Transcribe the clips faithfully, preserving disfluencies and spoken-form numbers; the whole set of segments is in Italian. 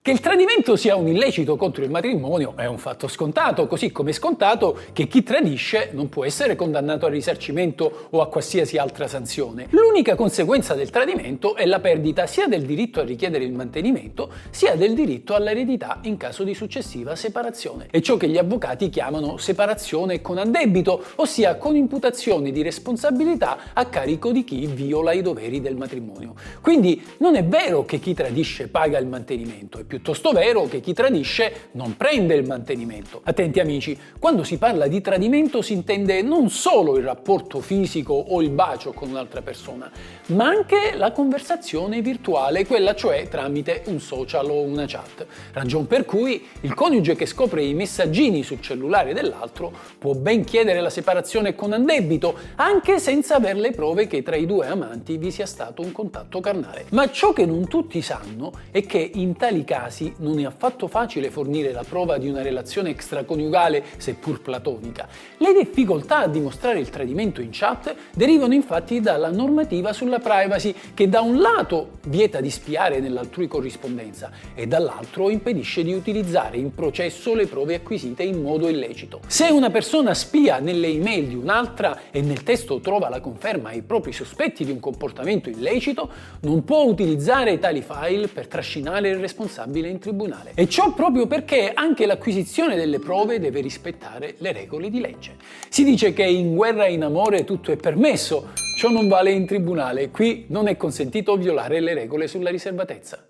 Che il tradimento sia un illecito contro il matrimonio è un fatto scontato, così come è scontato che chi tradisce non può essere condannato al risarcimento o a qualsiasi altra sanzione. L'unica conseguenza del tradimento è la perdita sia del diritto a richiedere il mantenimento, sia del diritto all'eredità in caso di successiva separazione. È ciò che gli avvocati chiamano separazione con addebito, ossia con imputazione di responsabilità a carico di chi viola i doveri del matrimonio. Quindi non è vero che chi tradisce paga il mantenimento, è piuttosto vero che chi tradisce non prende il mantenimento. Attenti amici, quando si parla di tradimento si intende non solo il rapporto fisico o il bacio con un'altra persona, ma anche la conversazione virtuale, quella cioè tramite un social o una chat. Ragion per cui il coniuge che scopre i messaggini sul cellulare dell'altro può ben chiedere la separazione con addebito, anche senza aver le prove che tra i due amanti vi sia stato un contatto carnale. Ma ciò che non tutti sanno è che in tali casi non è affatto facile fornire la prova di una relazione extraconiugale, seppur platonica. Le difficoltà a dimostrare il tradimento in chat derivano infatti dalla normativa sulla privacy, che da un lato vieta di spiare nell'altrui corrispondenza e dall'altro impedisce di utilizzare in processo le prove acquisite in modo illecito. Se una persona spia nelle email di un'altra e nel testo trova la conferma ai propri sospetti di un comportamento illecito, non può utilizzare tali file per trascinare il responsabile in tribunale. E ciò proprio perché anche l'acquisizione delle prove deve rispettare le regole di legge. Si dice che in guerra e in amore tutto è permesso, ciò non vale in tribunale, qui non è consentito violare le regole sulla riservatezza.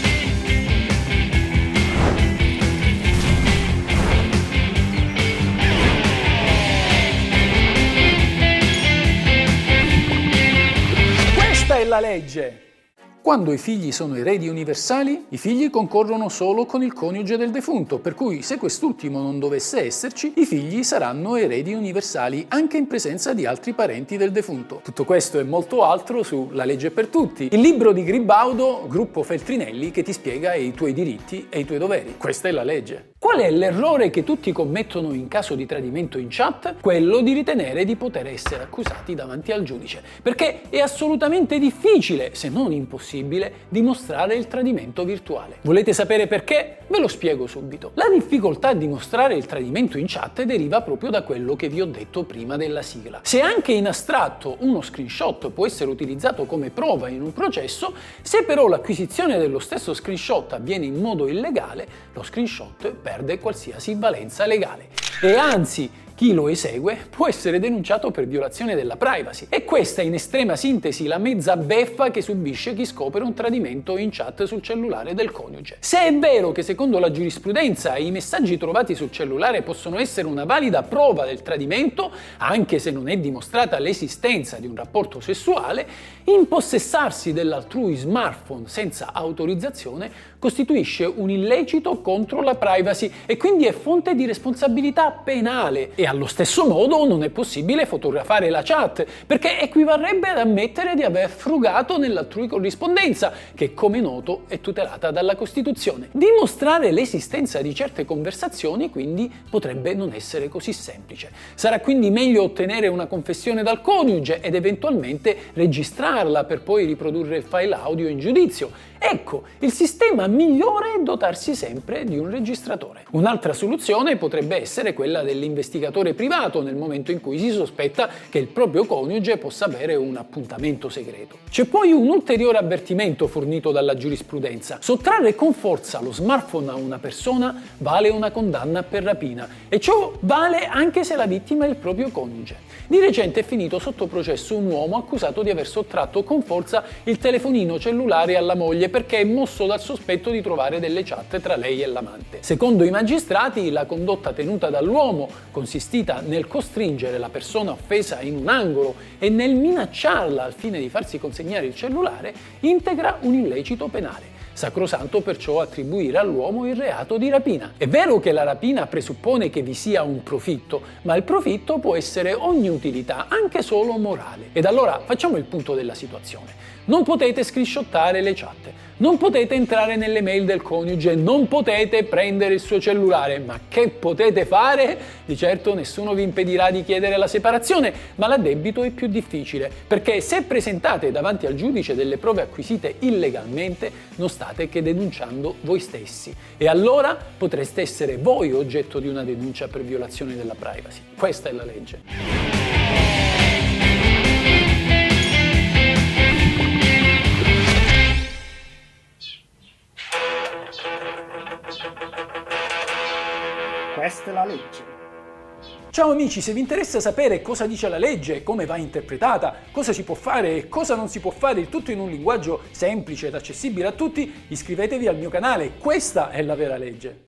Questa è la legge! Quando i figli sono eredi universali, i figli concorrono solo con il coniuge del defunto, per cui se quest'ultimo non dovesse esserci, i figli saranno eredi universali anche in presenza di altri parenti del defunto. Tutto questo e molto altro su La legge per tutti, il libro di Gribaudo, gruppo Feltrinelli, che ti spiega i tuoi diritti e i tuoi doveri. Questa è la legge. Qual è l'errore che tutti commettono in caso di tradimento in chat? Quello di ritenere di poter essere accusati davanti al giudice, perché è assolutamente difficile, se non impossibile, dimostrare il tradimento virtuale. Volete sapere perché? Ve lo spiego subito. La difficoltà a dimostrare il tradimento in chat deriva proprio da quello che vi ho detto prima della sigla. Se anche in astratto uno screenshot può essere utilizzato come prova in un processo, se però l'acquisizione dello stesso screenshot avviene in modo illegale, lo screenshot perde qualsiasi valenza legale. E anzi, chi lo esegue può essere denunciato per violazione della privacy. E questa è in estrema sintesi la mezza beffa che subisce chi scopre un tradimento in chat sul cellulare del coniuge. Se è vero che secondo la giurisprudenza i messaggi trovati sul cellulare possono essere una valida prova del tradimento, anche se non è dimostrata l'esistenza di un rapporto sessuale, impossessarsi dell'altrui smartphone senza autorizzazione costituisce un illecito contro la privacy e quindi è fonte di responsabilità penale. E allo stesso modo non è possibile fotografare la chat, perché equivarrebbe ad ammettere di aver frugato nell'altrui corrispondenza, che come noto è tutelata dalla Costituzione. Dimostrare l'esistenza di certe conversazioni quindi potrebbe non essere così semplice. Sarà quindi meglio ottenere una confessione dal coniuge ed eventualmente registrarla per poi riprodurre il file audio in giudizio. Ecco, il sistema migliore è dotarsi sempre di un registratore. Un'altra soluzione potrebbe essere quella dell'investigatore privato nel momento in cui si sospetta che il proprio coniuge possa avere un appuntamento segreto. C'è poi un ulteriore avvertimento fornito dalla giurisprudenza. Sottrarre con forza lo smartphone a una persona vale una condanna per rapina, e ciò vale anche se la vittima è il proprio coniuge. Di recente è finito sotto processo un uomo accusato di aver sottratto con forza il telefonino cellulare alla moglie perché è mosso dal sospetto di trovare delle chat tra lei e l'amante. Secondo i magistrati, la condotta tenuta dall'uomo, consistita nel costringere la persona offesa in un angolo e nel minacciarla al fine di farsi consegnare il cellulare, integra un illecito penale. Sacrosanto perciò attribuire all'uomo il reato di rapina. È vero che la rapina presuppone che vi sia un profitto, ma il profitto può essere ogni utilità, anche solo morale. Ed allora facciamo il punto della situazione. Non potete screenshottare le chat, Non potete entrare nelle mail del coniuge, non potete prendere il suo cellulare, ma che potete fare? Di certo nessuno vi impedirà di chiedere la separazione, ma l'addebito è più difficile, perché se presentate davanti al giudice delle prove acquisite illegalmente, non state che denunciando voi stessi. E allora potreste essere voi oggetto di una denuncia per violazione della privacy. Questa è la legge. Questa è la legge. Ciao amici, se vi interessa sapere cosa dice la legge, come va interpretata, cosa si può fare e cosa non si può fare, il tutto in un linguaggio semplice ed accessibile a tutti, iscrivetevi al mio canale, questa è la vera legge.